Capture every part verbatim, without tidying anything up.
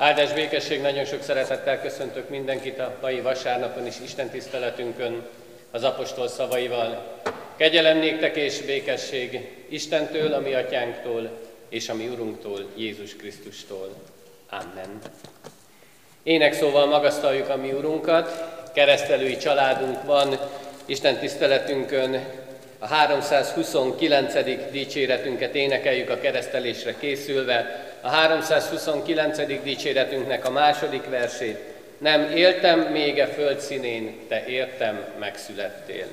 Áldás békesség, nagyon sok szeretettel köszöntök mindenkit a mai vasárnapon is Isten tiszteletünkön az apostol szavaival. Kegyelem néktek és békesség Istentől, a mi atyánktól és a mi Urunktól, Jézus Krisztustól. Amen. Énekszóval magasztaljuk a mi Urunkat, keresztelői családunk van Isten tiszteletünkön. A háromszázhuszonkilencedik dicséretünket énekeljük a keresztelésre készülve. A háromszázhuszonkilencedik dicséretünknek a második versét. Nem éltem még a föld színén, te értem megszülettél.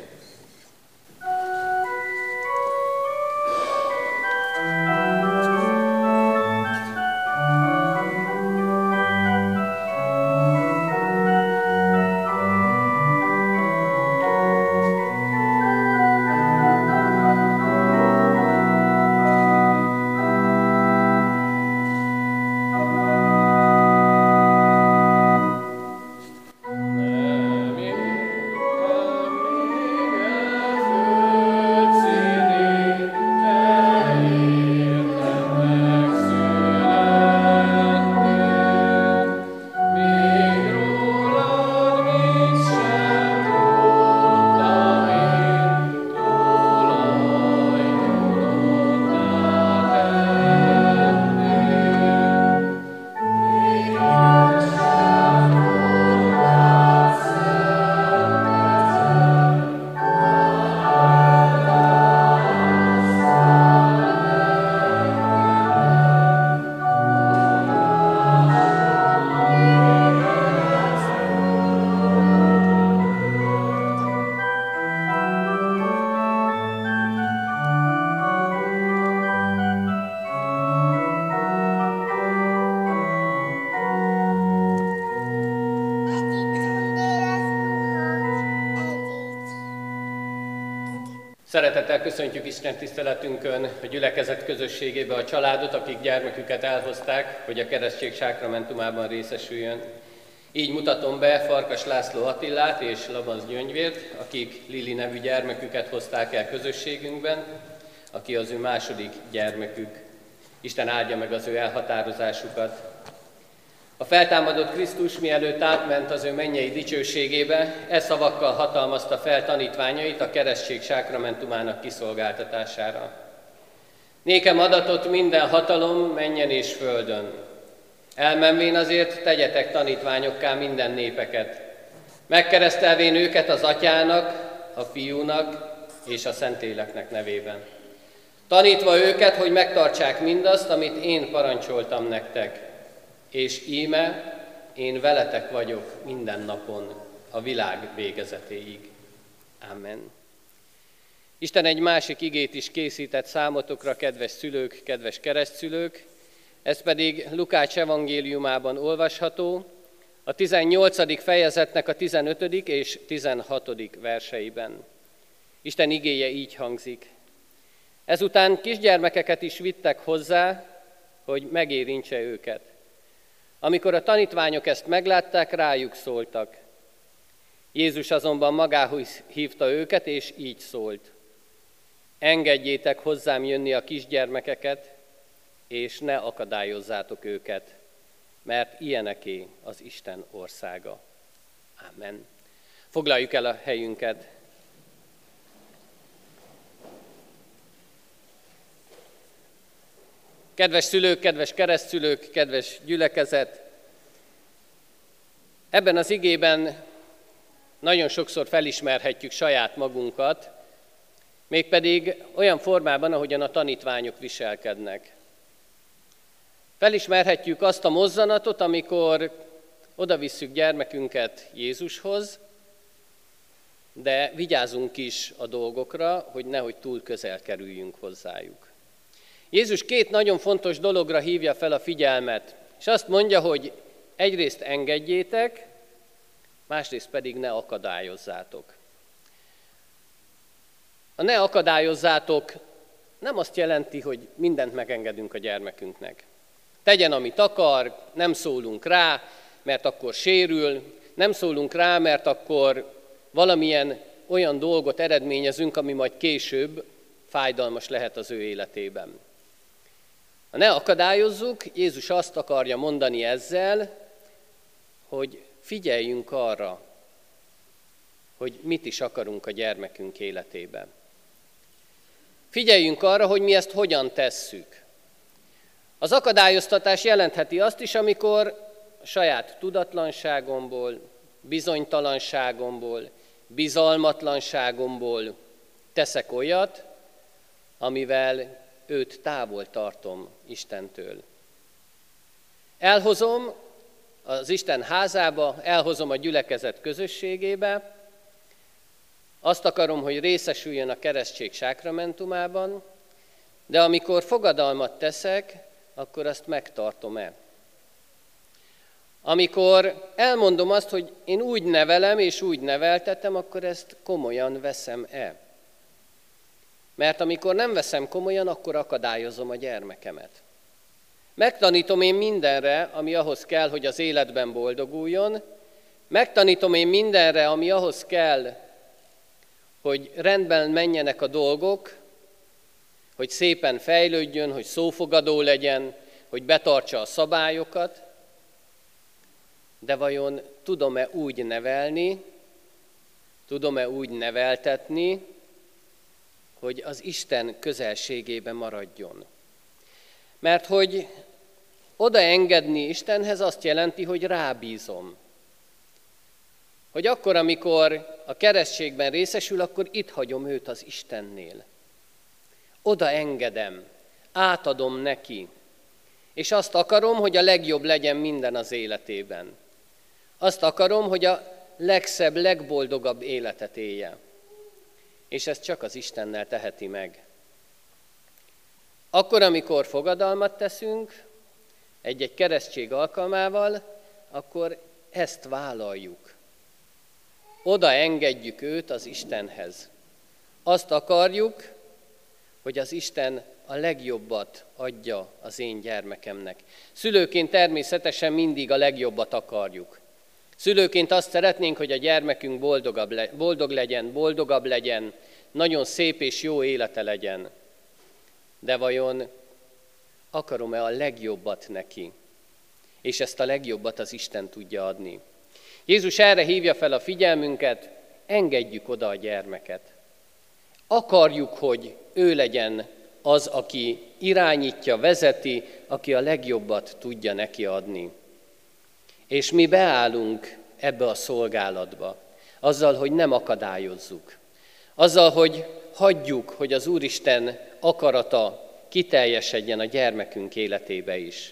Szeretettel köszöntjük Isten tiszteletünkön a gyülekezet közösségébe a családot, akik gyermeküket elhozták, hogy a keresztség sákramentumában részesüljön. Így mutatom be Farkas László Attilát és Labanc Gyöngyvért, akik Lili nevű gyermeküket hozták el közösségünkben, aki az ő második gyermekük. Isten áldja meg az ő elhatározásukat. A feltámadott Krisztus, mielőtt átment az ő mennyei dicsőségébe, e szavakkal hatalmazta fel tanítványait a keresztség sákramentumának kiszolgáltatására. Nékem adatot minden hatalom mennyen és földön. Elmenvén azért tegyetek tanítványokká minden népeket, megkeresztelvén őket az Atyának, a Fiúnak és a Szentléleknek nevében. Tanítva őket, hogy megtartsák mindazt, amit én parancsoltam nektek. És íme, én veletek vagyok minden napon, a világ végezetéig. Amen. Isten egy másik igét is készített számotokra, kedves szülők, kedves keresztszülők, ez pedig Lukács evangéliumában olvasható, a tizennyolcadik fejezetnek a tizenötödik és tizenhatodik verseiben. Isten igéje így hangzik. Ezután kisgyermekeket is vittek hozzá, hogy megérintse őket. Amikor a tanítványok ezt meglátták, rájuk szóltak. Jézus azonban magához hívta őket, és így szólt. Engedjétek hozzám jönni a kisgyermekeket, és ne akadályozzátok őket, mert ilyeneké az Isten országa. Amen. Foglaljuk el a helyünket. Kedves szülők, kedves keresztszülők, kedves gyülekezet! Ebben az igében nagyon sokszor felismerhetjük saját magunkat, mégpedig olyan formában, ahogyan a tanítványok viselkednek. Felismerhetjük azt a mozzanatot, amikor odavisszük gyermekünket Jézushoz, de vigyázzunk is a dolgokra, hogy nehogy túl közel kerüljünk hozzájuk. Jézus két nagyon fontos dologra hívja fel a figyelmet, és azt mondja, hogy egyrészt engedjétek, másrészt pedig ne akadályozzátok. A ne akadályozzátok nem azt jelenti, hogy mindent megengedünk a gyermekünknek. Tegyen, amit akar, nem szólunk rá, mert akkor sérül, nem szólunk rá, mert akkor valamilyen olyan dolgot eredményezünk, ami majd később fájdalmas lehet az ő életében. Ha ne akadályozzuk, Jézus azt akarja mondani ezzel, hogy figyeljünk arra, hogy mit is akarunk a gyermekünk életében. Figyeljünk arra, hogy mi ezt hogyan tesszük. Az akadályoztatás jelentheti azt is, amikor a saját tudatlanságomból, bizonytalanságomból, bizalmatlanságomból teszek olyat, amivel őt távol tartom Istentől. Elhozom az Isten házába, elhozom a gyülekezet közösségébe, azt akarom, hogy részesüljön a keresztség sákramentumában, de amikor fogadalmat teszek, akkor azt megtartom-e. Amikor elmondom azt, hogy én úgy nevelem és úgy neveltetem, akkor ezt komolyan veszem-e. Mert amikor nem veszem komolyan, akkor akadályozom a gyermekemet. Megtanítom én mindenre, ami ahhoz kell, hogy az életben boldoguljon, megtanítom én mindenre, ami ahhoz kell, hogy rendben menjenek a dolgok, hogy szépen fejlődjön, hogy szófogadó legyen, hogy betartsa a szabályokat, de vajon tudom-e úgy nevelni, tudom-e úgy neveltetni, hogy az Isten közelségében maradjon. Mert hogy odaengedni Istenhez azt jelenti, hogy rábízom. Hogy akkor, amikor a keresztségben részesül, akkor itt hagyom őt az Istennél. Odaengedem, átadom neki, és azt akarom, hogy a legjobb legyen minden az életében. Azt akarom, hogy a legszebb, legboldogabb életet élje. És ezt csak az Istennel teheti meg. Akkor, amikor fogadalmat teszünk egy-egy keresztség alkalmával, akkor ezt vállaljuk. Oda engedjük őt az Istenhez. Azt akarjuk, hogy az Isten a legjobbat adja az én gyermekemnek. Szülőként természetesen mindig a legjobbat akarjuk. Szülőként azt szeretnénk, hogy a gyermekünk boldogabb le, boldog legyen, boldogabb legyen, nagyon szép és jó élete legyen. De vajon akarom-e a legjobbat neki? És ezt a legjobbat az Isten tudja adni. Jézus erre hívja fel a figyelmünket, engedjük oda a gyermeket. Akarjuk, hogy ő legyen az, aki irányítja, vezeti, aki a legjobbat tudja neki adni. És mi beállunk ebbe a szolgálatba, azzal, hogy nem akadályozzuk. Azzal, hogy hagyjuk, hogy az Úristen akarata kiteljesedjen a gyermekünk életébe is.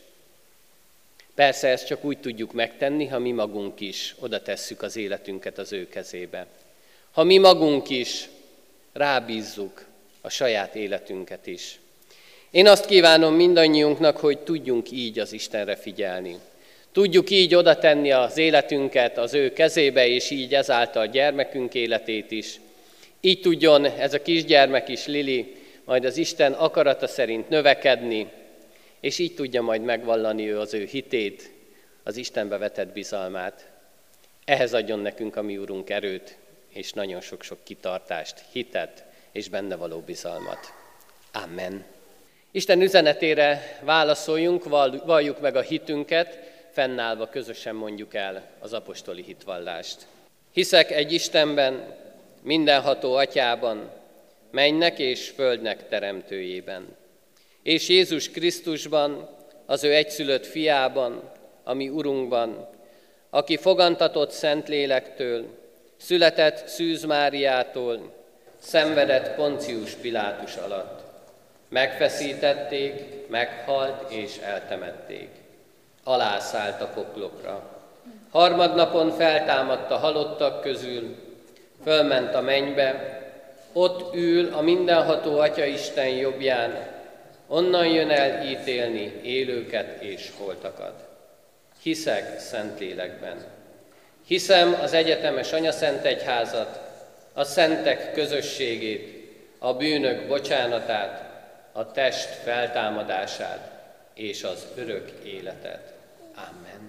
Persze ezt csak úgy tudjuk megtenni, ha mi magunk is oda tesszük az életünket az ő kezébe. Ha mi magunk is rábízzuk a saját életünket is. Én azt kívánom mindannyiunknak, hogy tudjunk így az Istenre figyelni. Tudjuk így oda tenni az életünket az ő kezébe, és így ezáltal a gyermekünk életét is. Így tudjon ez a kisgyermek is, Lili, majd az Isten akarata szerint növekedni, és így tudja majd megvallani ő az ő hitét, az Istenbe vetett bizalmát. Ehhez adjon nekünk a mi Urunk erőt, és nagyon sok-sok kitartást, hitet, és benne való bizalmat. Amen. Isten üzenetére válaszoljunk, valljuk meg a hitünket, fennállva közösen mondjuk el az apostoli hitvallást. Hiszek egy Istenben, mindenható Atyában, mennynek és földnek teremtőjében, és Jézus Krisztusban, az ő egyszülött fiában, a mi Urunkban, aki fogantatott Szentlélektől, született Szűz Máriától, szenvedett Poncius Pilátus alatt. Megfeszítették, meghalt és eltemették. Alászállt a poklokra. Harmadnapon feltámadt a halottak közül, fölment a mennybe, ott ül a mindenható Atyaisten jobbján, onnan jön el ítélni élőket és holtakat. Hiszek Szentlélekben. Hiszem az egyetemes Anyaszent Egyházat, a szentek közösségét, a bűnök bocsánatát, a test feltámadását és az örök életet. Amen.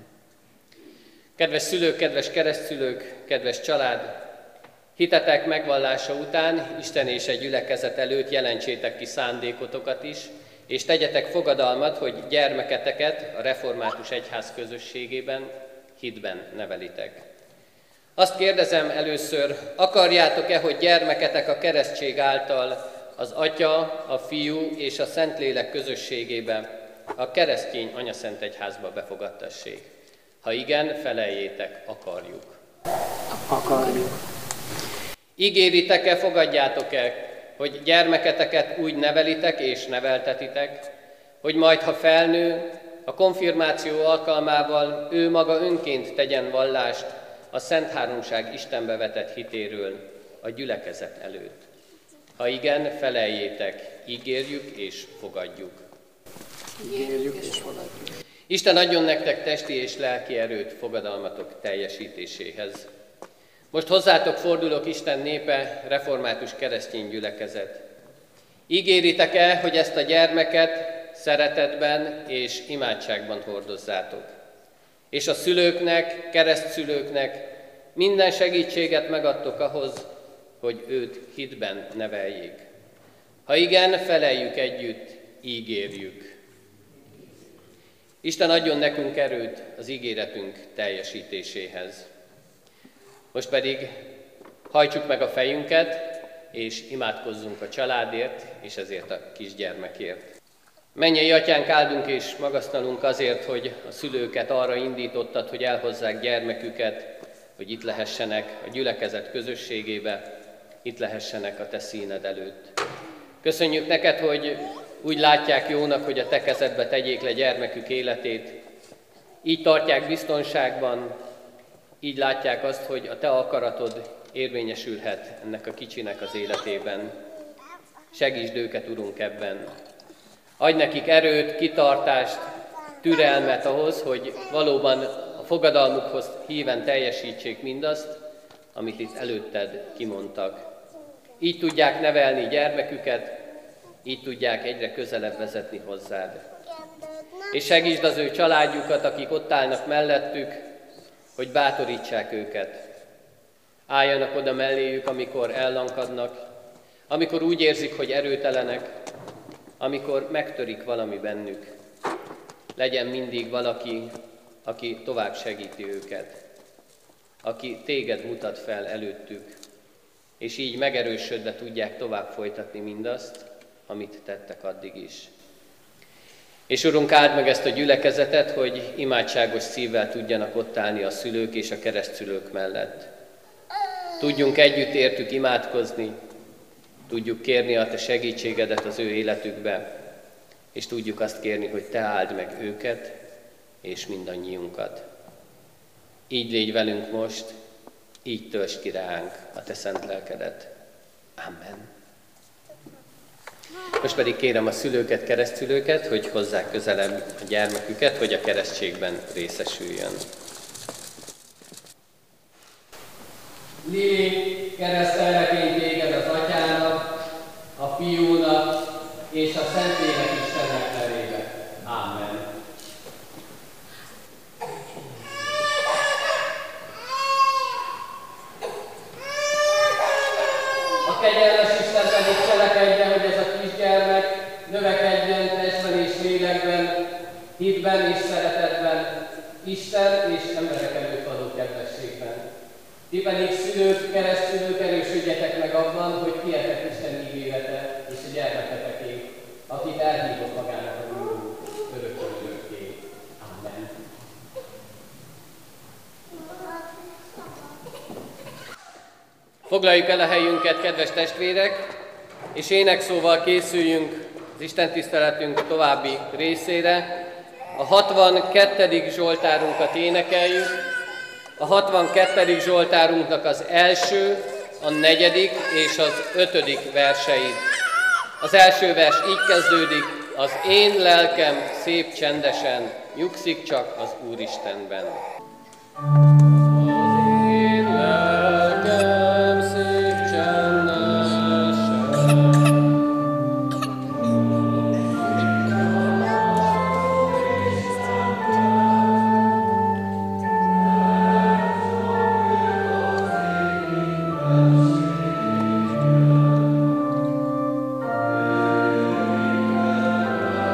Kedves szülők, kedves keresztszülők, kedves család! Hitetek megvallása után Isten és egy gyülekezet előtt jelentsétek ki szándékotokat is, és tegyetek fogadalmat, hogy gyermeketeket a református egyház közösségében, hitben nevelitek. Azt kérdezem először, akarjátok-e, hogy gyermeketek a keresztség által az Atya, a Fiú és a Szentlélek közösségébe, a keresztény anyaszent egyházba befogadtassék? Ha igen, feleljétek, akarjuk. Akarjuk. Ígéritek-e, fogadjátok-e, hogy gyermeketeket úgy nevelitek és neveltetitek, hogy majd, ha felnő, a konfirmáció alkalmával ő maga önként tegyen vallást a Szent Háromság Istenbe vetett hitéről a gyülekezet előtt? Ha igen, feleljétek, ígérjük és fogadjuk. Ígérjük és fogadjuk. Isten adjon nektek testi és lelki erőt fogadalmatok teljesítéséhez. Most hozzátok fordulok, Isten népe, református keresztény gyülekezet. Ígéritek-e, hogy ezt a gyermeket szeretetben és imádságban hordozzátok, és a szülőknek, keresztszülőknek minden segítséget megadtok ahhoz, hogy őt hitben neveljék? Ha igen, feleljük együtt, ígérjük. Isten adjon nekünk erőt az ígéretünk teljesítéséhez. Most pedig hajtsuk meg a fejünket, és imádkozzunk a családért, és ezért a kisgyermekért. Mennyei Atyánk, áldunk és magasztalunk azért, hogy a szülőket arra indítottad, hogy elhozzák gyermeküket, hogy itt lehessenek a gyülekezet közösségébe, itt lehessenek a te színed előtt. Köszönjük neked, hogy úgy látják jónak, hogy a te kezedbe tegyék le gyermekük életét. Így tartják biztonságban, így látják azt, hogy a te akaratod érvényesülhet ennek a kicsinek az életében. Segítsd őket, Urunk, ebben. Adj nekik erőt, kitartást, türelmet ahhoz, hogy valóban a fogadalmukhoz híven teljesítsék mindazt, amit itt előtted kimondtak. Így tudják nevelni gyermeküket, így tudják egyre közelebb vezetni hozzád. És segítsd az ő családjukat, akik ott állnak mellettük, hogy bátorítsák őket. Álljanak oda melléjük, amikor ellankadnak, amikor úgy érzik, hogy erőtelenek, amikor megtörik valami bennük. Legyen mindig valaki, aki tovább segíti őket, aki téged mutat fel előttük, és így megerősödve tudják tovább folytatni mindazt, amit tettek addig is. És Urunk, áld meg ezt a gyülekezetet, hogy imádságos szívvel tudjanak ott állni a szülők és a keresztszülők mellett. Tudjunk együtt értük imádkozni, tudjuk kérni a te segítségedet az ő életükbe, és tudjuk azt kérni, hogy te áld meg őket és mindannyiunkat. Így légy velünk most, így töltsd ki ránk a te szent lelkedet. Amen. Most pedig kérem a szülőket, keresztszülőket, hogy hozzák közelebb a gyermeküket, hogy a keresztségben részesüljön. Lili, keresztellek én téged az Atyának, a Fiúnak és a Szentlélek Istennek nevébe. Amen. A kegyelmes Isten pedig cselekedje, hogy ez a kisgyermek növekedjen testben és lélekben, hitben és szeretetben, Isten és emberek előtt való kedvességben. Ti pedig szülők, keresztszülők, erősödjetek meg abban, hogy hihetek Isten ígérete és a gyermeketeké, akit elhívott magának a Úrunk örökkön örökké. Amen. Foglaljuk el a helyünket, kedves testvérek, és énekszóval készüljünk az istentiszteletünk további részére. A hatvankettedik Zsoltárunkat énekeljük. A hatvankettedik Zsoltárunknak az első, a negyedik és az ötödik verseit. Az első vers így kezdődik: az én lelkem szép csendesen nyugszik csak az Úristenben. Amen.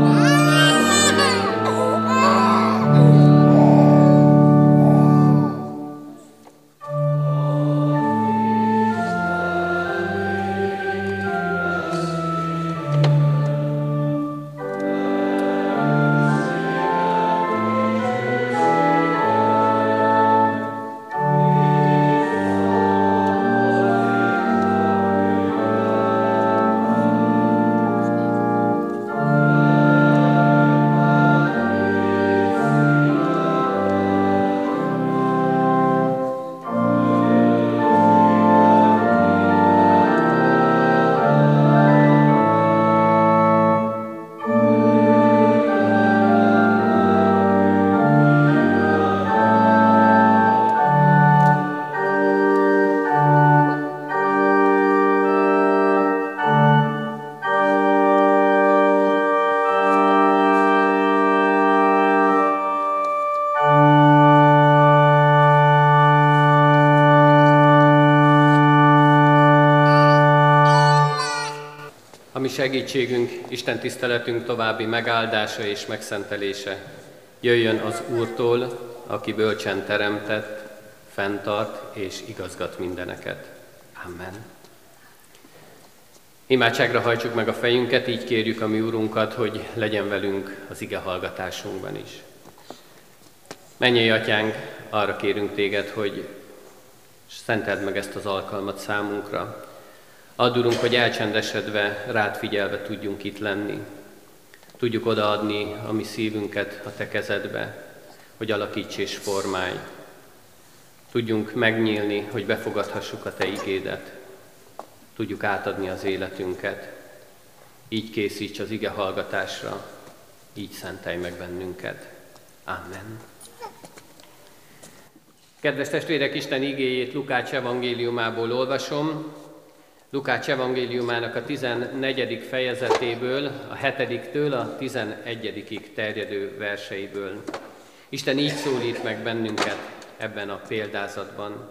Segítségünk, Isten tiszteletünk további megáldása és megszentelése jöjjön az Úrtól, aki bölcsen teremtett, fenntart és igazgat mindeneket. Amen. Imádságra hajtsuk meg a fejünket, így kérjük a mi Úrunkat, hogy legyen velünk az ige hallgatásunkban is. Mennyei Atyánk, arra kérünk téged, hogy szenteld meg ezt az alkalmat számunkra. Add, Urunk, hogy elcsendesedve, rád figyelve tudjunk itt lenni. Tudjuk odaadni a mi szívünket a te kezedbe, hogy alakíts és formálj. Tudjunk megnyílni, hogy befogadhassuk a te igédet. Tudjuk átadni az életünket. Így készíts az ige hallgatásra, így szentelj meg bennünket. Amen. Kedves testvérek, Isten igéjét Lukács evangéliumából olvasom. Lukács evangéliumának a tizennegyedik fejezetéből, a hetediktől a tizenegyedikig terjedő verseiből. Isten így szólít meg bennünket ebben a példázatban.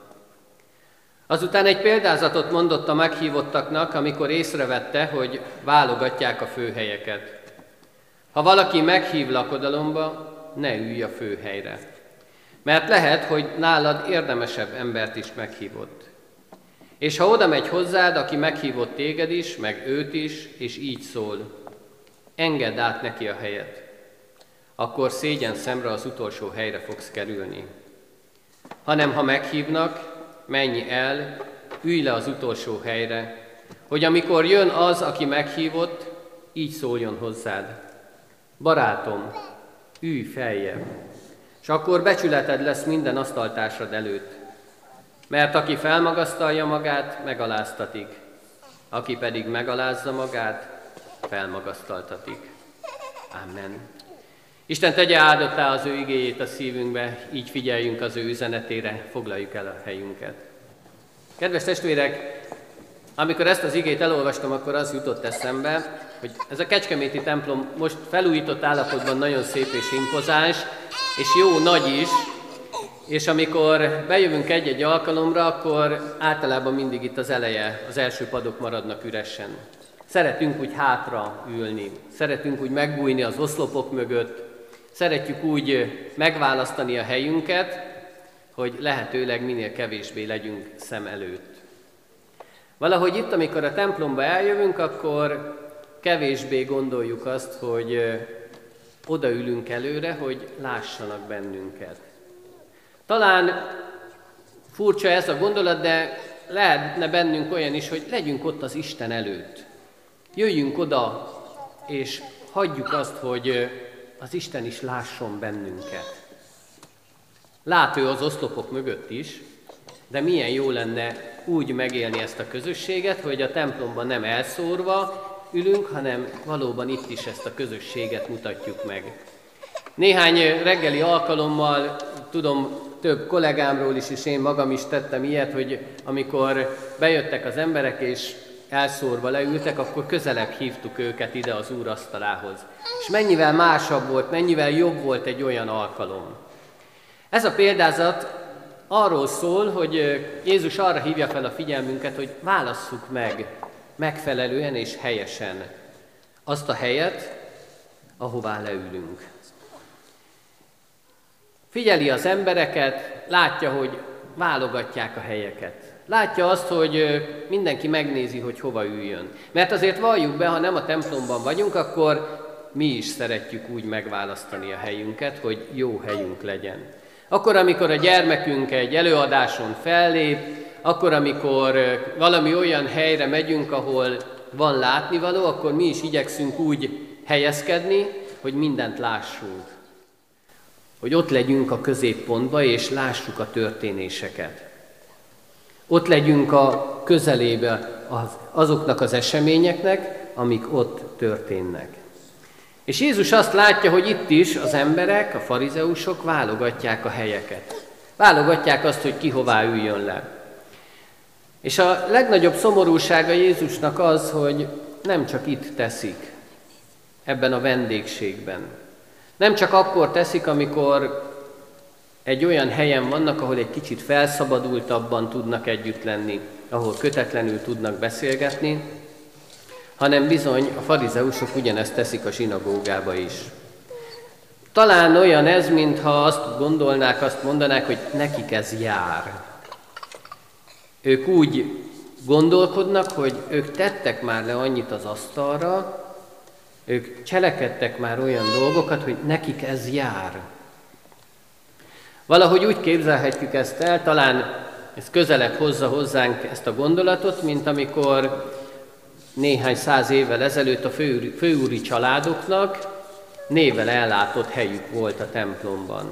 Azután egy példázatot mondott a meghívottaknak, amikor észrevette, hogy válogatják a főhelyeket. Ha valaki meghív lakodalomba, ne ülj a főhelyre, mert lehet, hogy nálad érdemesebb embert is meghívott. És ha oda megy hozzád, aki meghívott téged is, meg őt is, és így szól, engedd át neki a helyet, akkor szégyen szemre az utolsó helyre fogsz kerülni. Hanem ha meghívnak, menj el, ülj le az utolsó helyre, hogy amikor jön az, aki meghívott, így szóljon hozzád. Barátom, ülj feljebb, és akkor becsületed lesz minden asztaltársad előtt. Mert aki felmagasztalja magát, megaláztatik, aki pedig megalázza magát, felmagasztaltatik. Amen. Isten tegye áldottá az ő igéjét a szívünkbe, így figyeljünk az ő üzenetére, foglaljuk el a helyünket. Kedves testvérek, amikor ezt az igét elolvastam, akkor az jutott eszembe, hogy ez a kecskeméti templom most felújított állapotban nagyon szép és impozáns, és jó nagy is, és amikor bejövünk egy-egy alkalomra, akkor általában mindig itt az eleje, az első padok maradnak üresen. Szeretünk úgy hátra ülni, szeretünk úgy megbújni az oszlopok mögött, szeretjük úgy megválasztani a helyünket, hogy lehetőleg minél kevésbé legyünk szem előtt. Valahogy itt, amikor a templomba eljövünk, akkor kevésbé gondoljuk azt, hogy odaülünk előre, hogy lássanak bennünket. Talán furcsa ez a gondolat, de lehetne bennünk olyan is, hogy legyünk ott az Isten előtt. Jöjjünk oda, és hagyjuk azt, hogy az Isten is lásson bennünket. Lát ő az oszlopok mögött is, de milyen jó lenne úgy megélni ezt a közösséget, hogy a templomban nem elszórva ülünk, hanem valóban itt is ezt a közösséget mutatjuk meg. Néhány reggeli alkalommal, tudom, több kollégámról is, és én magam is tettem ilyet, hogy amikor bejöttek az emberek és elszórva leültek, akkor közelebb hívtuk őket ide az Úr asztalához. És mennyivel másabb volt, mennyivel jobb volt egy olyan alkalom. Ez a példázat arról szól, hogy Jézus arra hívja fel a figyelmünket, hogy válasszuk meg megfelelően és helyesen azt a helyet, ahová leülünk. Figyeli az embereket, látja, hogy válogatják a helyeket. Látja azt, hogy mindenki megnézi, hogy hova üljön. Mert azért valljuk be, ha nem a templomban vagyunk, akkor mi is szeretjük úgy megválasztani a helyünket, hogy jó helyünk legyen. Akkor, amikor a gyermekünk egy előadáson fellép, akkor, amikor valami olyan helyre megyünk, ahol van látnivaló, akkor mi is igyekszünk úgy helyezkedni, hogy mindent lássunk. Hogy ott legyünk a középpontba, és lássuk a történéseket. Ott legyünk a közelébe azoknak az eseményeknek, amik ott történnek. És Jézus azt látja, hogy itt is az emberek, a farizeusok válogatják a helyeket. Válogatják azt, hogy ki hová üljön le. És a legnagyobb szomorúsága Jézusnak az, hogy nem csak itt teszik, ebben a vendégségben. Nem csak akkor teszik, amikor egy olyan helyen vannak, ahol egy kicsit felszabadultabban tudnak együtt lenni, ahol kötetlenül tudnak beszélgetni, hanem bizony a farizeusok ugyanezt teszik a zsinagógába is. Talán olyan ez, mintha azt gondolnák, azt mondanák, hogy nekik ez jár. Ők úgy gondolkodnak, hogy ők tettek már le annyit az asztalra, ők cselekedtek már olyan dolgokat, hogy nekik ez jár. Valahogy úgy képzelhetjük ezt el, talán ez közelebb hozza hozzánk ezt a gondolatot, mint amikor néhány száz évvel ezelőtt a fő, főúri családoknak névvel ellátott helyük volt a templomban.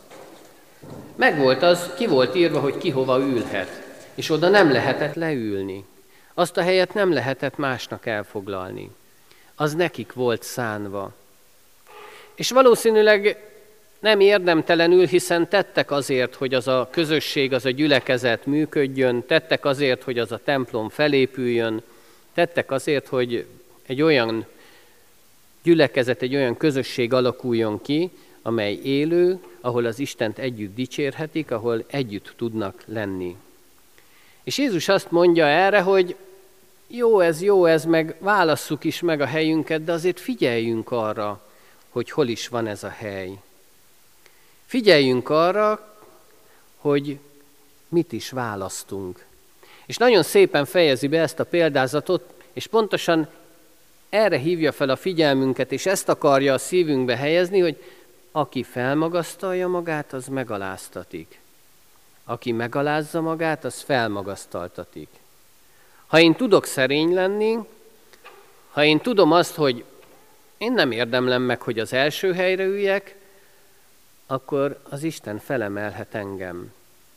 Megvolt az, ki volt írva, hogy ki hova ülhet, és oda nem lehetett leülni. Azt a helyet nem lehetett másnak elfoglalni. Az nekik volt szánva. És valószínűleg nem érdemtelenül, hiszen tettek azért, hogy az a közösség, az a gyülekezet működjön, tettek azért, hogy az a templom felépüljön, tettek azért, hogy egy olyan gyülekezet, egy olyan közösség alakuljon ki, amely élő, ahol az Istent együtt dicsérhetik, ahol együtt tudnak lenni. És Jézus azt mondja erre, hogy jó ez, jó ez, meg válasszuk is meg a helyünket, de azért figyeljünk arra, hogy hol is van ez a hely. Figyeljünk arra, hogy mit is választunk. És nagyon szépen fejezi be ezt a példázatot, és pontosan erre hívja fel a figyelmünket, és ezt akarja a szívünkbe helyezni, hogy aki felmagasztalja magát, az megaláztatik. Aki megalázza magát, az felmagasztaltatik. Ha én tudok szerény lenni, ha én tudom azt, hogy én nem érdemlem meg, hogy az első helyre üljek, akkor az Isten felemelhet engem.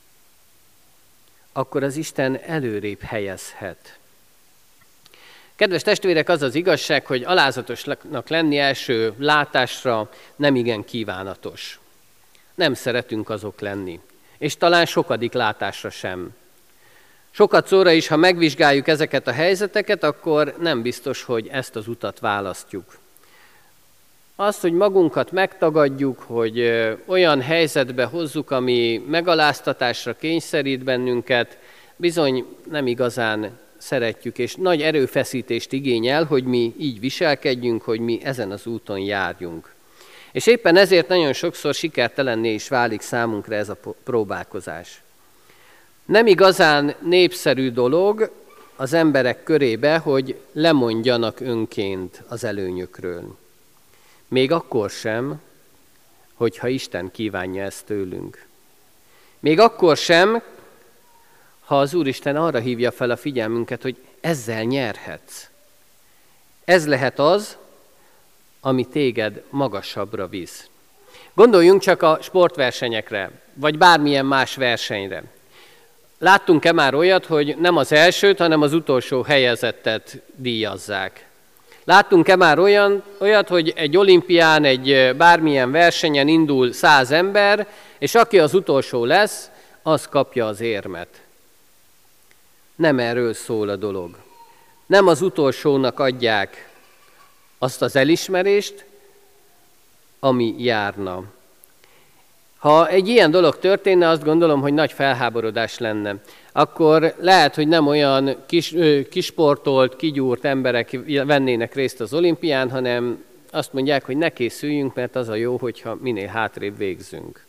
Akkor az Isten előrébb helyezhet. Kedves testvérek, az az igazság, hogy alázatosnak lenni első látásra nem igen kívánatos. Nem szeretünk azok lenni, és talán sokadik látásra sem. Sokat szóra is, ha megvizsgáljuk ezeket a helyzeteket, akkor nem biztos, hogy ezt az utat választjuk. Az, hogy magunkat megtagadjuk, hogy olyan helyzetbe hozzuk, ami megaláztatásra kényszerít bennünket, bizony nem igazán szeretjük, és nagy erőfeszítést igényel, hogy mi így viselkedjünk, hogy mi ezen az úton járjunk. És éppen ezért nagyon sokszor sikertelenné is válik számunkra ez a próbálkozás. Nem igazán népszerű dolog az emberek körébe, hogy lemondjanak önként az előnyökről. Még akkor sem, hogyha Isten kívánja ezt tőlünk. Még akkor sem, ha az Úristen arra hívja fel a figyelmünket, hogy ezzel nyerhetsz. Ez lehet az, ami téged magasabbra visz. Gondoljunk csak a sportversenyekre, vagy bármilyen más versenyre. Láttunk-e már olyat, hogy nem az elsőt, hanem az utolsó helyezettet díjazzák? Láttunk-e már olyan, olyat, hogy egy olimpián, egy bármilyen versenyen indul száz ember, és aki az utolsó lesz, az kapja az érmet. Nem erről szól a dolog. Nem az utolsónak adják azt az elismerést, ami járna. Ha egy ilyen dolog történne, azt gondolom, hogy nagy felháborodás lenne. Akkor lehet, hogy nem olyan kis, kisportolt, kigyúrt emberek vennének részt az olimpián, hanem azt mondják, hogy ne készüljünk, mert az a jó, hogyha minél hátrébb végzünk.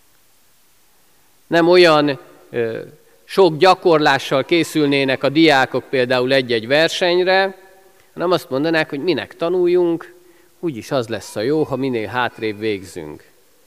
Nem olyan ö, sok gyakorlással készülnének a diákok például egy-egy versenyre, hanem azt mondanák, hogy minek tanuljunk, úgyis az lesz a jó, ha minél hátrébb végzünk.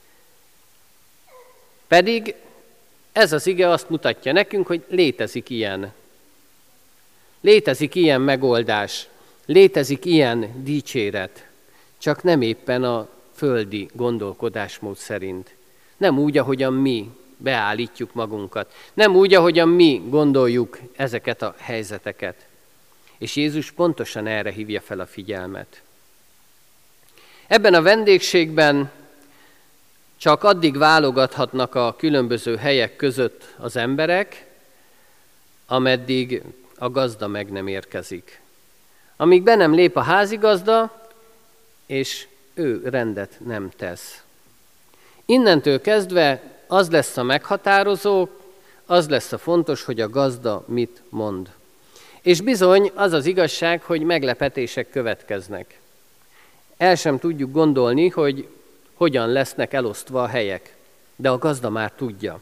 Pedig ez az ige azt mutatja nekünk, hogy létezik ilyen. Létezik ilyen megoldás, létezik ilyen dicséret, csak nem éppen a földi gondolkodásmód szerint. Nem úgy, ahogyan mi beállítjuk magunkat. Nem úgy, ahogyan mi gondoljuk ezeket a helyzeteket. És Jézus pontosan erre hívja fel a figyelmet. Ebben a vendégségben csak addig válogathatnak a különböző helyek között az emberek, ameddig a gazda meg nem érkezik. Amíg be nem lép a házigazda, és ő rendet nem tesz. Innentől kezdve az lesz a meghatározó, az lesz a fontos, hogy a gazda mit mond. És bizony az az igazság, hogy meglepetések következnek. El sem tudjuk gondolni, hogy hogyan lesznek elosztva a helyek, de a gazda már tudja.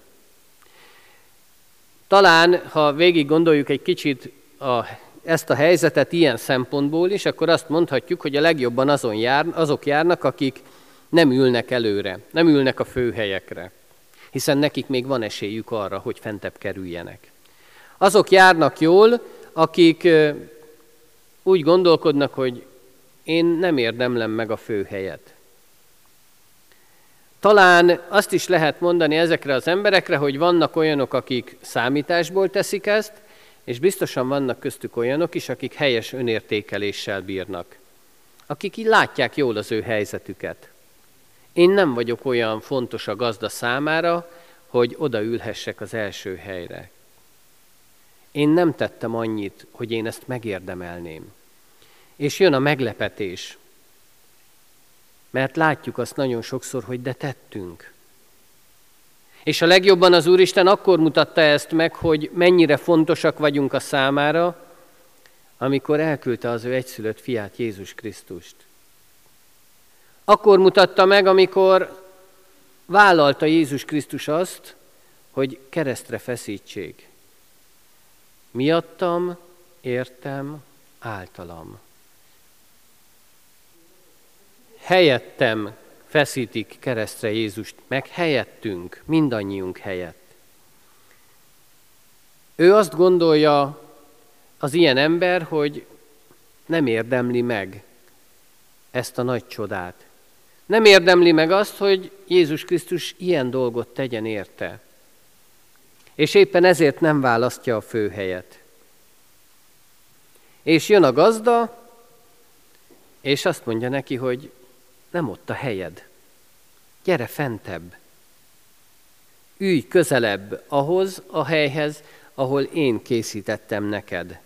Talán, ha végig gondoljuk egy kicsit a, ezt a helyzetet ilyen szempontból is, akkor azt mondhatjuk, hogy a legjobban azon jár, azok járnak, akik nem ülnek előre, nem ülnek a főhelyekre, hiszen nekik még van esélyük arra, hogy fentebb kerüljenek. Azok járnak jól, akik úgy gondolkodnak, hogy én nem érdemlem meg a főhelyet. Talán azt is lehet mondani ezekre az emberekre, hogy vannak olyanok, akik számításból teszik ezt, és biztosan vannak köztük olyanok is, akik helyes önértékeléssel bírnak. Akik így látják jól az ő helyzetüket. Én nem vagyok olyan fontos a gazda számára, hogy odaülhessek az első helyre. Én nem tettem annyit, hogy én ezt megérdemelném. És jön a meglepetés. Mert látjuk azt nagyon sokszor, hogy de tettünk. És a legjobban az Úristen akkor mutatta ezt meg, hogy mennyire fontosak vagyunk a számára, amikor elküldte az ő egyszülött fiát, Jézus Krisztust. Akkor mutatta meg, amikor vállalta Jézus Krisztus azt, hogy keresztre feszítsék. Miattam, értem, általam. Helyettem feszítik keresztre Jézust, meg helyettünk, mindannyiunk helyett. Ő azt gondolja, az ilyen ember, hogy nem érdemli meg ezt a nagy csodát. Nem érdemli meg azt, hogy Jézus Krisztus ilyen dolgot tegyen érte. És éppen ezért nem választja a főhelyet. És jön a gazda, és azt mondja neki, hogy nem ott a helyed. Gyere fentebb. Ülj közelebb ahhoz a helyhez, ahol én készítettem neked.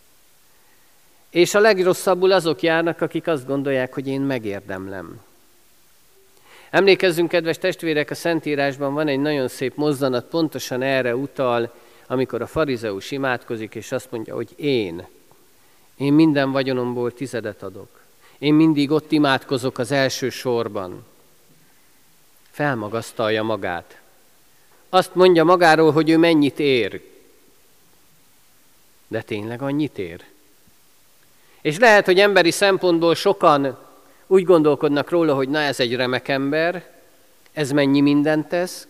És a legrosszabbul azok járnak, akik azt gondolják, hogy én megérdemlem. Emlékezzünk, kedves testvérek, a Szentírásban van egy nagyon szép mozzanat, pontosan erre utal, amikor a farizeus imádkozik, és azt mondja, hogy én, én minden vagyonomból tizedet adok. Én mindig ott imádkozok az első sorban. Felmagasztalja magát. Azt mondja magáról, hogy ő mennyit ér. De tényleg annyit ér? És lehet, hogy emberi szempontból sokan úgy gondolkodnak róla, hogy na ez egy remek ember, ez mennyi mindent tesz,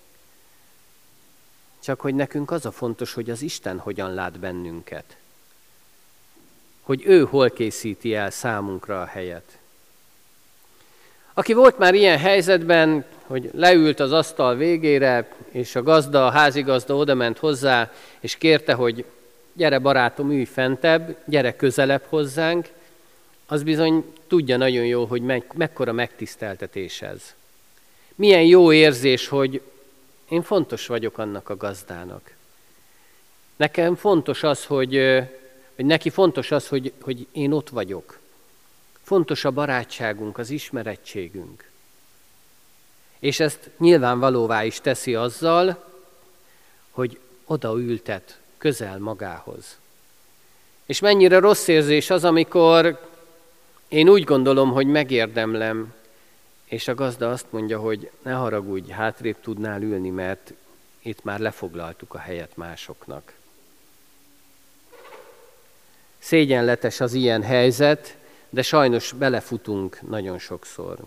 csak hogy nekünk az a fontos, hogy az Isten hogyan lát bennünket. Hogy ő hol készíti el számunkra a helyet. Aki volt már ilyen helyzetben, hogy leült az asztal végére, és a gazda, a házigazda odament hozzá, és kérte, hogy gyere barátom, ülj fentebb, gyere közelebb hozzánk, az bizony tudja nagyon jó, hogy me- mekkora megtiszteltetés ez. Milyen jó érzés, hogy én fontos vagyok annak a gazdának. Nekem fontos az, hogy, hogy neki fontos az, hogy, hogy én ott vagyok. Fontos a barátságunk, az ismerettségünk. És ezt nyilvánvalóvá is teszi azzal, hogy odaültet közel magához. És mennyire rossz érzés az, amikor Én úgy gondolom, hogy megérdemlem, és a gazda azt mondja, hogy ne haragudj, hátrébb tudnál ülni, mert itt már lefoglaltuk a helyet másoknak. Szégyenletes az ilyen helyzet, de sajnos belefutunk nagyon sokszor.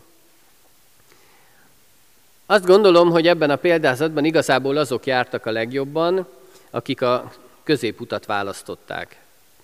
Azt gondolom, hogy ebben a példázatban igazából azok jártak a legjobban, akik a középutat választották.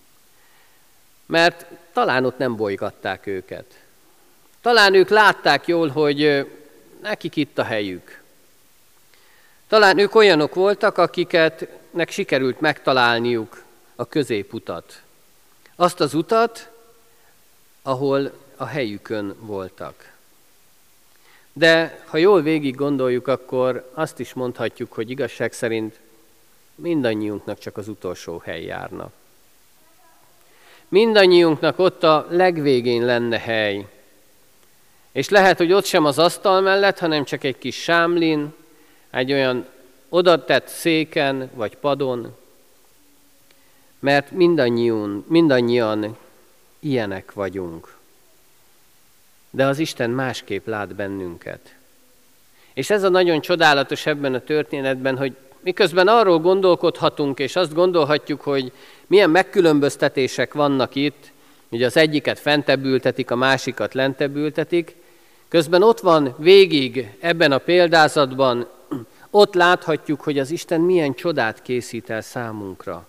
Mert talán ott nem bolygatták őket. Talán ők látták jól, hogy nekik itt a helyük. Talán ők olyanok voltak, akiketnek sikerült megtalálniuk a középutat. Azt az utat, ahol a helyükön voltak. De ha jól végig gondoljuk, akkor azt is mondhatjuk, hogy igazság szerint mindannyiunknak csak az utolsó hely járna. Mindannyiunknak ott a legvégén lenne hely. És lehet, hogy ott sem az asztal mellett, hanem csak egy kis sámlin, egy olyan odatett széken vagy padon, mert mindannyian, mindannyian ilyenek vagyunk. De az Isten másképp lát bennünket. És ez a nagyon csodálatos ebben a történetben, hogy miközben arról gondolkodhatunk, és azt gondolhatjuk, hogy milyen megkülönböztetések vannak itt, hogy az egyiket fentebb ültetik, a másikat lentebb ültetik, közben ott van végig ebben a példázatban, ott láthatjuk, hogy az Isten milyen csodát készít el számunkra.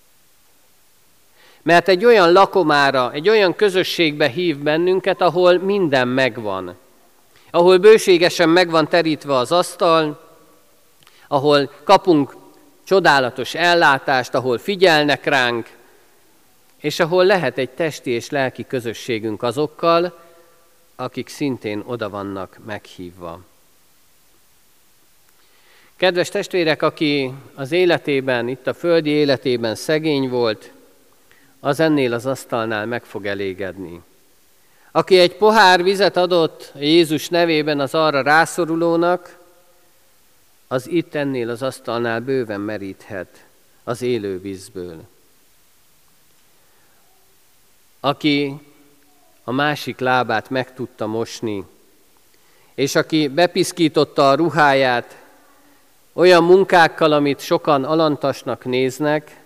Mert egy olyan lakomára, egy olyan közösségbe hív bennünket, ahol minden megvan. Ahol bőségesen meg van terítve az asztal, ahol kapunk csodálatos ellátást, ahol figyelnek ránk, és ahol lehet egy testi és lelki közösségünk azokkal, akik szintén oda vannak meghívva. Kedves testvérek, aki az életében, itt a földi életében szegény volt, az ennél az asztalnál meg fog elégedni. Aki egy pohár vizet adott Jézus nevében az arra rászorulónak, az itt ennél az asztalnál bőven meríthet az élő vízből. Aki a másik lábát meg tudta mosni, és aki bepiszkította a ruháját olyan munkákkal, amit sokan alantasnak néznek,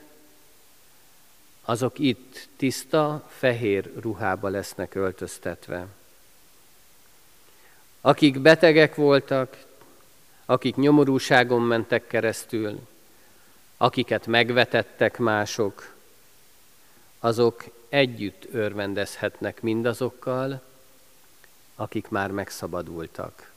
azok itt tiszta, fehér ruhába lesznek öltöztetve. Akik betegek voltak, akik nyomorúságon mentek keresztül, akiket megvetettek mások, azok együtt örvendezhetnek mindazokkal, akik már megszabadultak.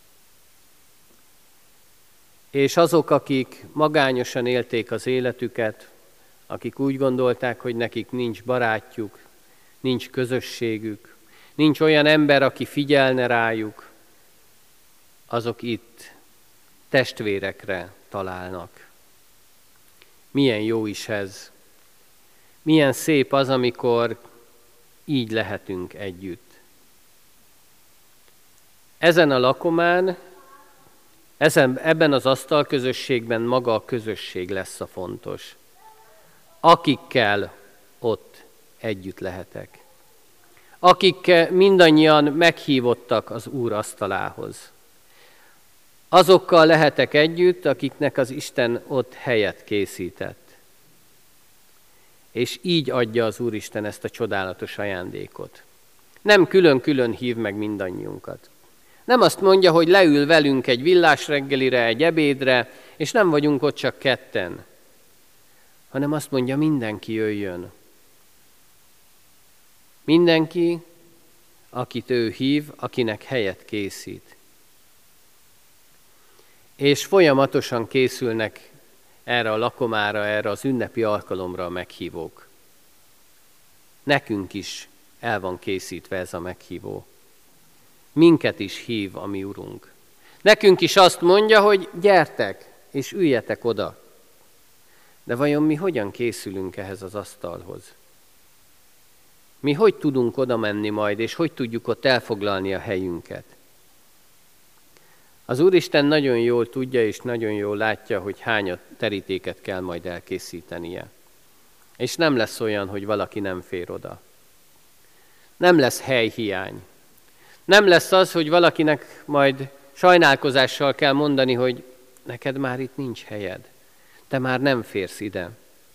És azok, akik magányosan élték az életüket, akik úgy gondolták, hogy nekik nincs barátjuk, nincs közösségük, nincs olyan ember, aki figyelne rájuk, azok itt testvérekre találnak. Milyen jó is ez. Milyen szép az, amikor így lehetünk együtt. Ezen a lakomán, ezen, ebben az asztalközösségben maga a közösség lesz a fontos. Akikkel ott együtt lehetek. Akik mindannyian meghívottak az Úr asztalához. Azokkal lehetek együtt, akiknek az Isten ott helyet készített. És így adja az Úristen ezt a csodálatos ajándékot. Nem külön-külön hív meg mindannyiunkat. Nem azt mondja, hogy leül velünk egy villás reggelire, egy ebédre, és nem vagyunk ott csak ketten, hanem azt mondja, mindenki jöjjön. Mindenki, akit ő hív, akinek helyet készít. És folyamatosan készülnek erre a lakomára, erre az ünnepi alkalomra a meghívók. Nekünk is el van készítve ez a meghívó. Minket is hív a mi Urunk. Nekünk is azt mondja, hogy gyertek, és üljetek oda. De vajon mi hogyan készülünk ehhez az asztalhoz? Mi hogy tudunk oda menni majd, és hogy tudjuk ott elfoglalni a helyünket? Az Úristen nagyon jól tudja, és nagyon jól látja, hogy hány terítéket kell majd elkészítenie. És nem lesz olyan, hogy valaki nem fér oda. Nem lesz helyhiány. Nem lesz az, hogy valakinek majd sajnálkozással kell mondani, hogy neked már itt nincs helyed. Te már nem férsz ide.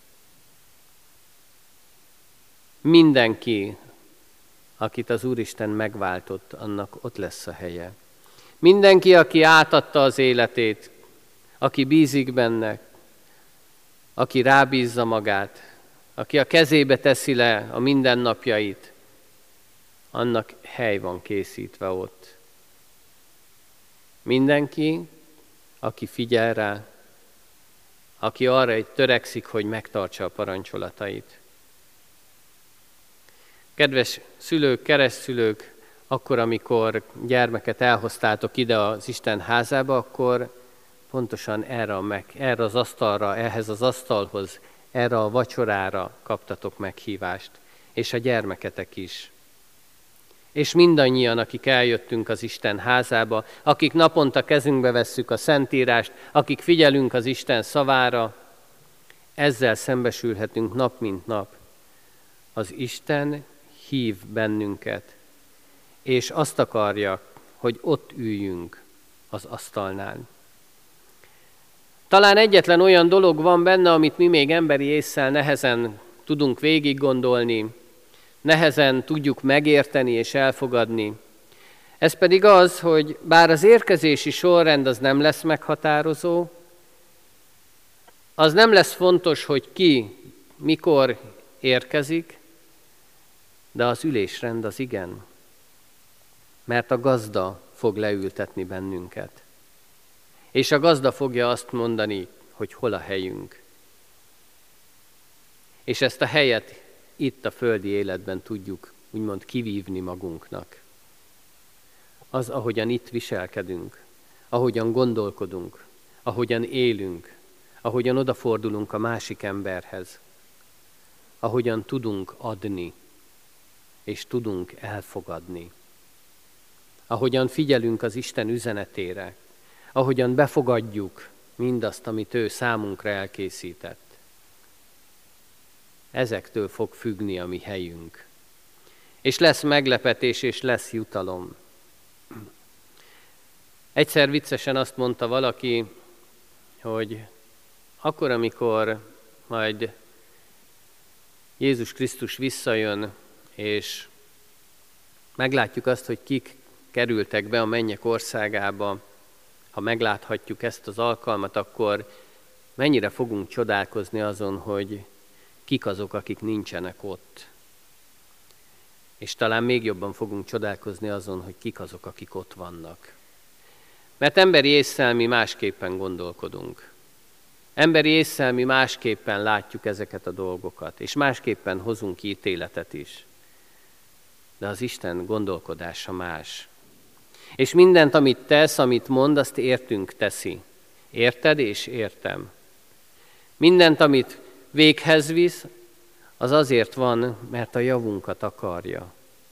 Mindenki, akit az Úristen megváltott, annak ott lesz a helye. Mindenki, aki átadta az életét, aki bízik benne, aki rábízza magát, aki a kezébe teszi le a mindennapjait, annak hely van készítve ott. Mindenki, aki figyel rá, aki arra egy törekszik, hogy megtartsa a parancsolatait. Kedves szülők, keresztszülők, akkor, amikor gyermeket elhoztátok ide az Isten házába, akkor pontosan erre, a meg, erre az asztalra, ehhez az asztalhoz, erre a vacsorára kaptatok meghívást, és a gyermeketek is. És mindannyian, akik eljöttünk az Isten házába, akik naponta kezünkbe vesszük a Szentírást, akik figyelünk az Isten szavára, ezzel szembesülhetünk nap mint nap. Az Isten hív bennünket, és azt akarja, hogy ott üljünk az asztalnál. Talán egyetlen olyan dolog van benne, amit mi még emberi ésszel nehezen tudunk végig gondolni, nehezen tudjuk megérteni és elfogadni. Ez pedig az, hogy bár az érkezési sorrend az nem lesz meghatározó, az nem lesz fontos, hogy ki, mikor érkezik, de az ülésrend az igen, mert a gazda fog leültetni bennünket. És a gazda fogja azt mondani, hogy hol a helyünk. És ezt a helyet itt a földi életben tudjuk úgymond kivívni magunknak. Az, ahogyan itt viselkedünk, ahogyan gondolkodunk, ahogyan élünk, ahogyan odafordulunk a másik emberhez, ahogyan tudunk adni, és tudunk elfogadni. Ahogyan figyelünk az Isten üzenetére, ahogyan befogadjuk mindazt, amit ő számunkra elkészített. Ezektől fog függni a mi helyünk. És lesz meglepetés, és lesz jutalom. Egyszer viccesen azt mondta valaki, hogy akkor, amikor majd Jézus Krisztus visszajön, és meglátjuk azt, hogy kik kerültek be a mennyek országába, ha megláthatjuk ezt az alkalmat, akkor mennyire fogunk csodálkozni azon, hogy kik azok, akik nincsenek ott. És talán még jobban fogunk csodálkozni azon, hogy kik azok, akik ott vannak. Mert emberi ésszel mi másképpen gondolkodunk. Emberi ésszel mi másképpen látjuk ezeket a dolgokat, és másképpen hozunk ítéletet is. De az Isten gondolkodása más. És mindent, amit tesz, amit mond, azt értünk teszi. Érted és értem. Mindent, amit véghez visz, az azért van, mert a javunkat akarja.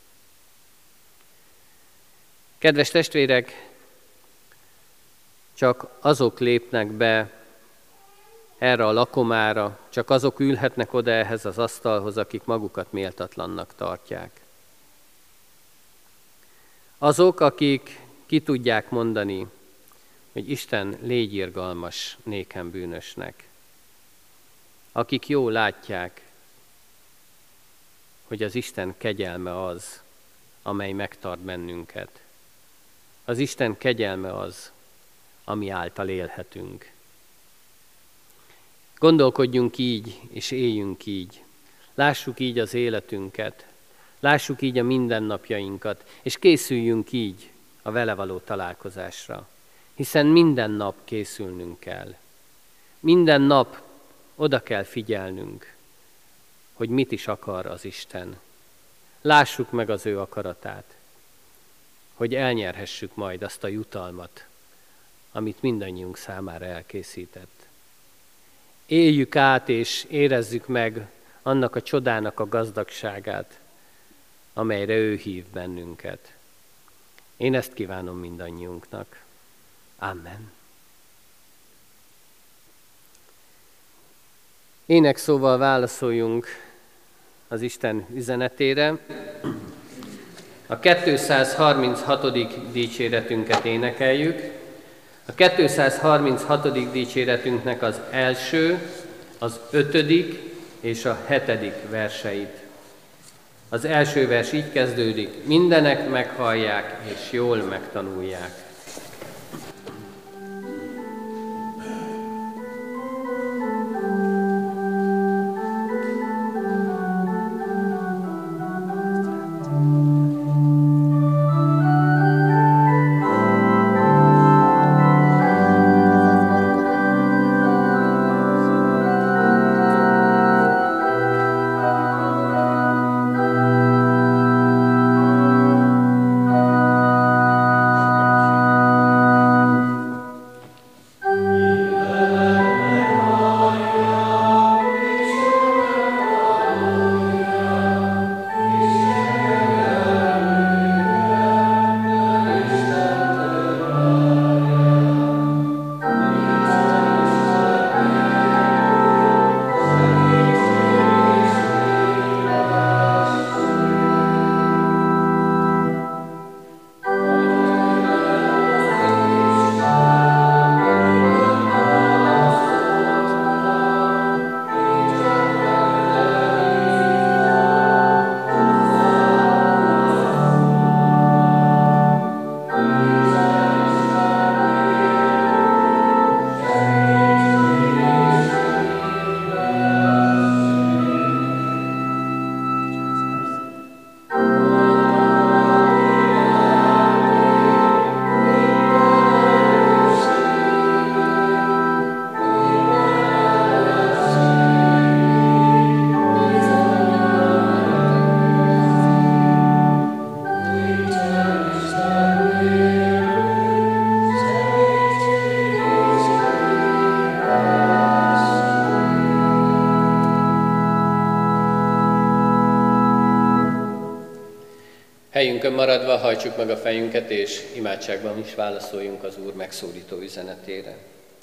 Kedves testvérek, csak azok lépnek be erre a lakomára, csak azok ülhetnek oda ehhez az asztalhoz, akik magukat méltatlannak tartják. Azok, akik ki tudják mondani, hogy Isten, légy irgalmas nékem bűnösnek. Akik jól látják, hogy az Isten kegyelme az, amely megtart bennünket. Az Isten kegyelme az, ami által élhetünk. Gondolkodjunk így, és éljünk így. Lássuk így az életünket, lássuk így a mindennapjainkat, és készüljünk így a vele való találkozásra. Hiszen minden nap készülnünk kell. Minden nap oda kell figyelnünk, hogy mit is akar az Isten. Lássuk meg az ő akaratát, hogy elnyerhessük majd azt a jutalmat, amit mindannyiunk számára elkészített. Éljük át és érezzük meg annak a csodának a gazdagságát, amelyre ő hív bennünket. Én ezt kívánom mindannyiunknak. Amen. Énekszóval válaszoljunk az Isten üzenetére. A kétszázharminchatodik dicséretünket énekeljük. A kétszázharminchatodik dicséretünknek az első, az ötödik és a hetedik verseit. Az első vers így kezdődik: mindenek meghallják és jól megtanulják. Helyünkön maradva hajtsuk meg a fejünket, és imádságban is válaszoljunk az Úr megszólító üzenetére.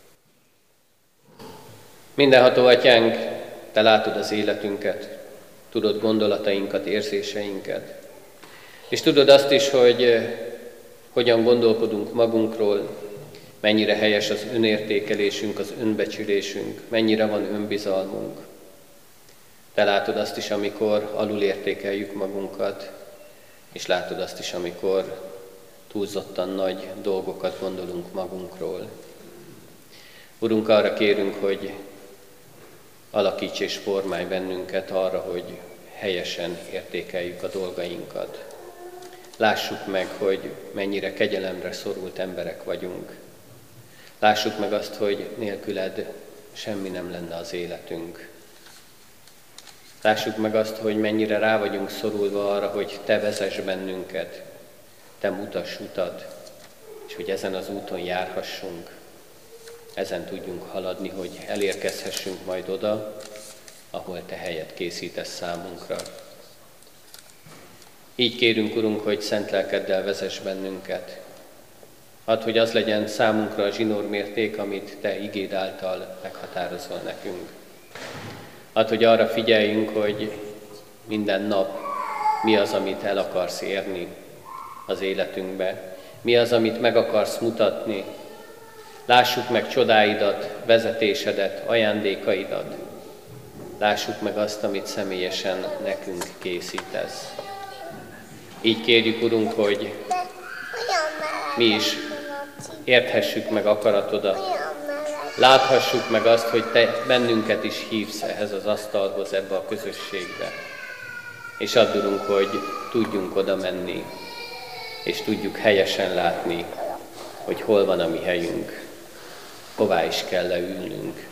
Mindenható Atyánk, Te látod az életünket, tudod gondolatainkat, érzéseinket, és tudod azt is, hogy hogyan gondolkodunk magunkról, mennyire helyes az önértékelésünk, az önbecsülésünk, mennyire van önbizalmunk. Te látod azt is, amikor alulértékeljük magunkat, és látod azt is, amikor túlzottan nagy dolgokat gondolunk magunkról. Urunk, arra kérünk, hogy alakíts és formálj bennünket arra, hogy helyesen értékeljük a dolgainkat. Lássuk meg, hogy mennyire kegyelemre szorult emberek vagyunk. Lássuk meg azt, hogy nélküled semmi nem lenne az életünk. Lássuk meg azt, hogy mennyire rá vagyunk szorulva arra, hogy Te vezess bennünket, Te mutass utat, és hogy ezen az úton járhassunk, ezen tudjunk haladni, hogy elérkezhessünk majd oda, ahol Te helyet készítesz számunkra. Így kérünk, Urunk, hogy szent lelkeddel vezess bennünket. Add, hogy az legyen számunkra a zsinórmérték, amit Te igéd által meghatározol nekünk. Add, hogy arra figyeljünk, hogy minden nap mi az, amit el akarsz érni az életünkbe, mi az, amit meg akarsz mutatni. Lássuk meg csodáidat, vezetésedet, ajándékaidat. Lássuk meg azt, amit személyesen nekünk készítesz. Így kérjük, Urunk, hogy mi is érthessük meg akaratodat, láthassuk meg azt, hogy Te bennünket is hívsz ehhez az asztalhoz, ebbe a közösségbe. És add, Urunk, hogy tudjunk oda menni, és tudjuk helyesen látni, hogy hol van a mi helyünk, hová is kell leülnünk.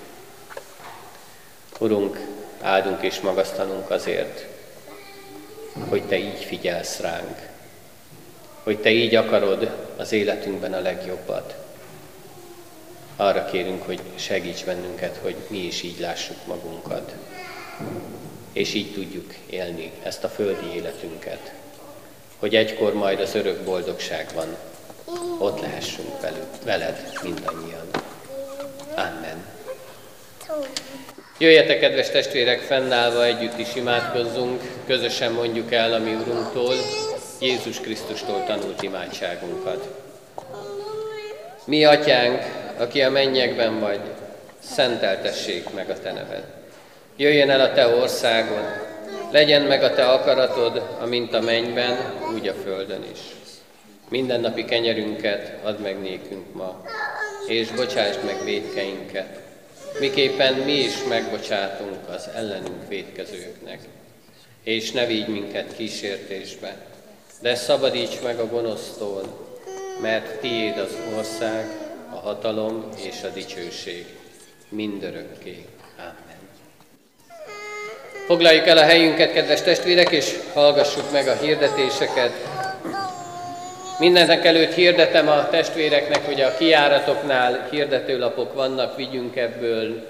Urunk, áldunk és magasztalunk azért, hogy Te így figyelsz ránk, hogy Te így akarod az életünkben a legjobbat. Arra kérünk, hogy segíts bennünket, hogy mi is így lássuk magunkat, és így tudjuk élni ezt a földi életünket, hogy egykor majd az örök boldogságban ott lehessünk velük, veled mindannyian. Amen. Jöjjetek, kedves testvérek, fennállva együtt is imádkozzunk, közösen mondjuk el a mi Urunktól. Jézus Krisztustól tanult imádságunkat. Mi atyánk, aki a mennyekben vagy, szenteltessék meg a te neved. Jöjjön el a te országod, legyen meg a te akaratod, amint a mennyben, úgy a földön is. Mindennapi kenyerünket add meg nékünk ma, és bocsásd meg vétkeinket, miképpen mi is megbocsátunk az ellenünk vétkezőknek. És ne vigy minket kísértésbe, de szabadíts meg a gonosztól, mert tiéd az ország, a hatalom és a dicsőség mindörökké. Amen. Foglaljuk el a helyünket, kedves testvérek, és hallgassuk meg a hirdetéseket. Mindennek előtt hirdetem a testvéreknek, hogy a kijáratoknál hirdetőlapok vannak, vigyünk ebből,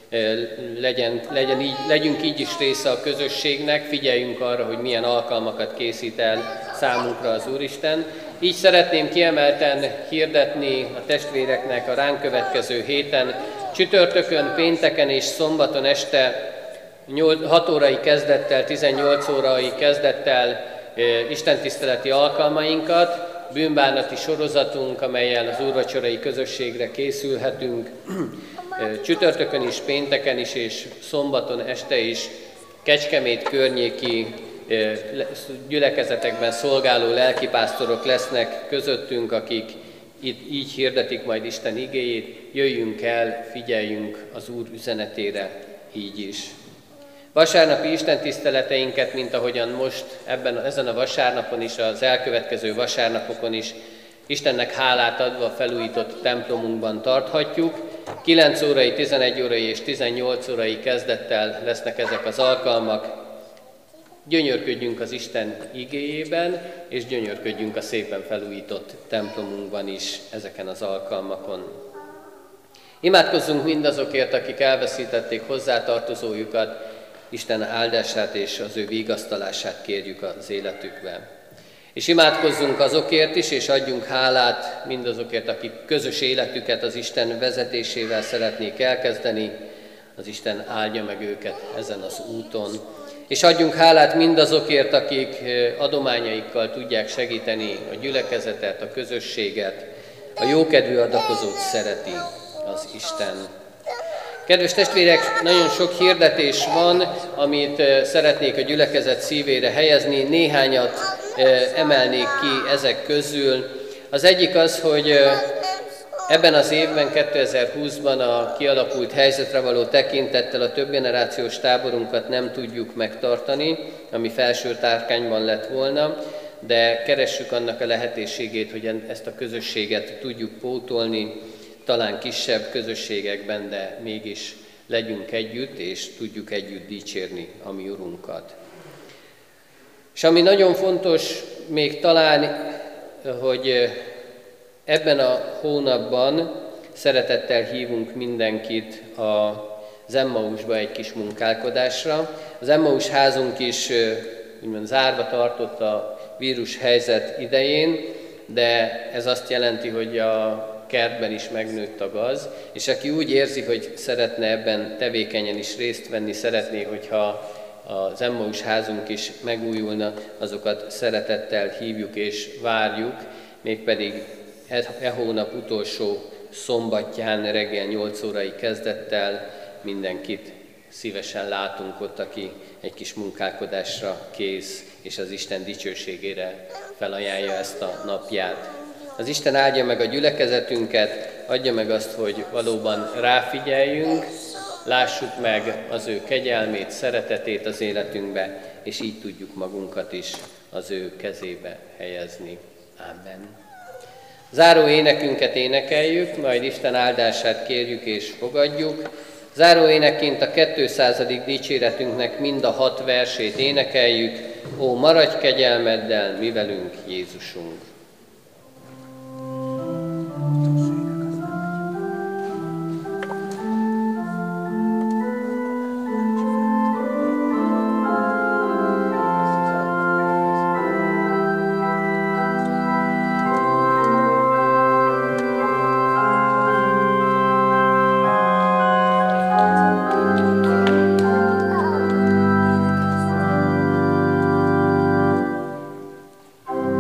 legyen, legyen így, legyünk így is része a közösségnek, figyeljünk arra, hogy milyen alkalmakat készít el számunkra az Úristen. Így szeretném kiemelten hirdetni a testvéreknek a ránk következő héten, csütörtökön, pénteken és szombaton este hat órai kezdettel, tizennyolc órai kezdettel istentiszteleti alkalmainkat, bűnbánati sorozatunk, amellyel az úrvacsorai közösségre készülhetünk, csütörtökön is, pénteken is és szombaton este is Kecskemét környéki gyülekezetekben szolgáló lelkipásztorok lesznek közöttünk, akik itt így hirdetik majd Isten igéjét. Jöjjünk el, figyeljünk az Úr üzenetére így is. Vasárnapi istentiszteleteinket, mint ahogyan most ebben, ezen a vasárnapon is, az elkövetkező vasárnapokon is Istennek hálát adva a felújított templomunkban tarthatjuk. kilenc órai, tizenegy órai és tizennyolc órai kezdettel lesznek ezek az alkalmak. Gyönyörködjünk az Isten igéjében, és gyönyörködjünk a szépen felújított templomunkban is ezeken az alkalmakon. Imádkozzunk mindazokért, akik elveszítették hozzátartozójukat, Isten áldását és az ő vigasztalását kérjük az életükben. És imádkozzunk azokért is, és adjunk hálát mindazokért, akik közös életüket az Isten vezetésével szeretnék elkezdeni. Az Isten áldja meg őket ezen az úton. És adjunk hálát mindazokért, akik adományaikkal tudják segíteni a gyülekezetet, a közösséget. A jókedvű adakozót szereti az Isten. Kedves testvérek, nagyon sok hirdetés van, amit szeretnék a gyülekezet szívére helyezni. Néhányat emelnék ki ezek közül. Az egyik az, hogy ebben az évben, kétezer-húszban a kialakult helyzetre való tekintettel a többgenerációs táborunkat nem tudjuk megtartani, ami felső tárkányban lett volna, de keressük annak a lehetőségét, hogy ezt a közösséget tudjuk pótolni, talán kisebb közösségekben, de mégis legyünk együtt, és tudjuk együtt dicsérni a mi Urunkat. És ami nagyon fontos még talán, hogy ebben a hónapban szeretettel hívunk mindenkit az Emmausba egy kis munkálkodásra. Az Emmaus házunk is úgymond zárva tartott a vírus helyzet idején, de ez azt jelenti, hogy a kertben is megnőtt a gaz, és aki úgy érzi, hogy szeretne ebben tevékenyen is részt venni, szeretné, hogyha az Emmaus házunk is megújulna, azokat szeretettel hívjuk és várjuk, mégpedig e, e hónap utolsó szombatján reggel nyolc órai kezdettel mindenkit szívesen látunk ott, aki egy kis munkálkodásra kész, és az Isten dicsőségére felajánlja ezt a napját. Az Isten áldja meg a gyülekezetünket, adja meg azt, hogy valóban ráfigyeljünk, lássuk meg az ő kegyelmét, szeretetét az életünkbe, és így tudjuk magunkat is az ő kezébe helyezni. Amen. Záró énekünket énekeljük, majd Isten áldását kérjük és fogadjuk. Záró énekként a kétszázadik dicséretünknek mind a hat versét énekeljük. Ó, maradj kegyelmeddel, mi velünk, Jézusunk! Thank you.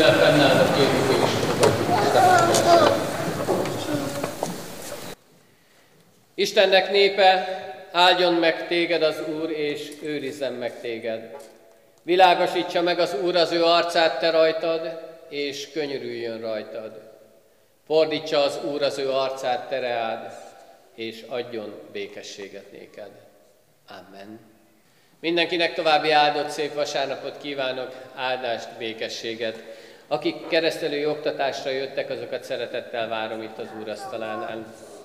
mivel fennállnak, kérjük és fogadjuk Isten. Istennek népe, áldjon meg téged az Úr, és őrizzen meg téged. Világosítsa meg az Úr az ő arcát te rajtad, és könyörüljön rajtad. Fordítsa az Úr az ő arcát te reád, és adjon békességet néked. Amen. Mindenkinek további áldott szép vasárnapot kívánok, áldást, békességet. Akik keresztelői oktatásra jöttek, azokat szeretettel várom itt az úrasztalánál.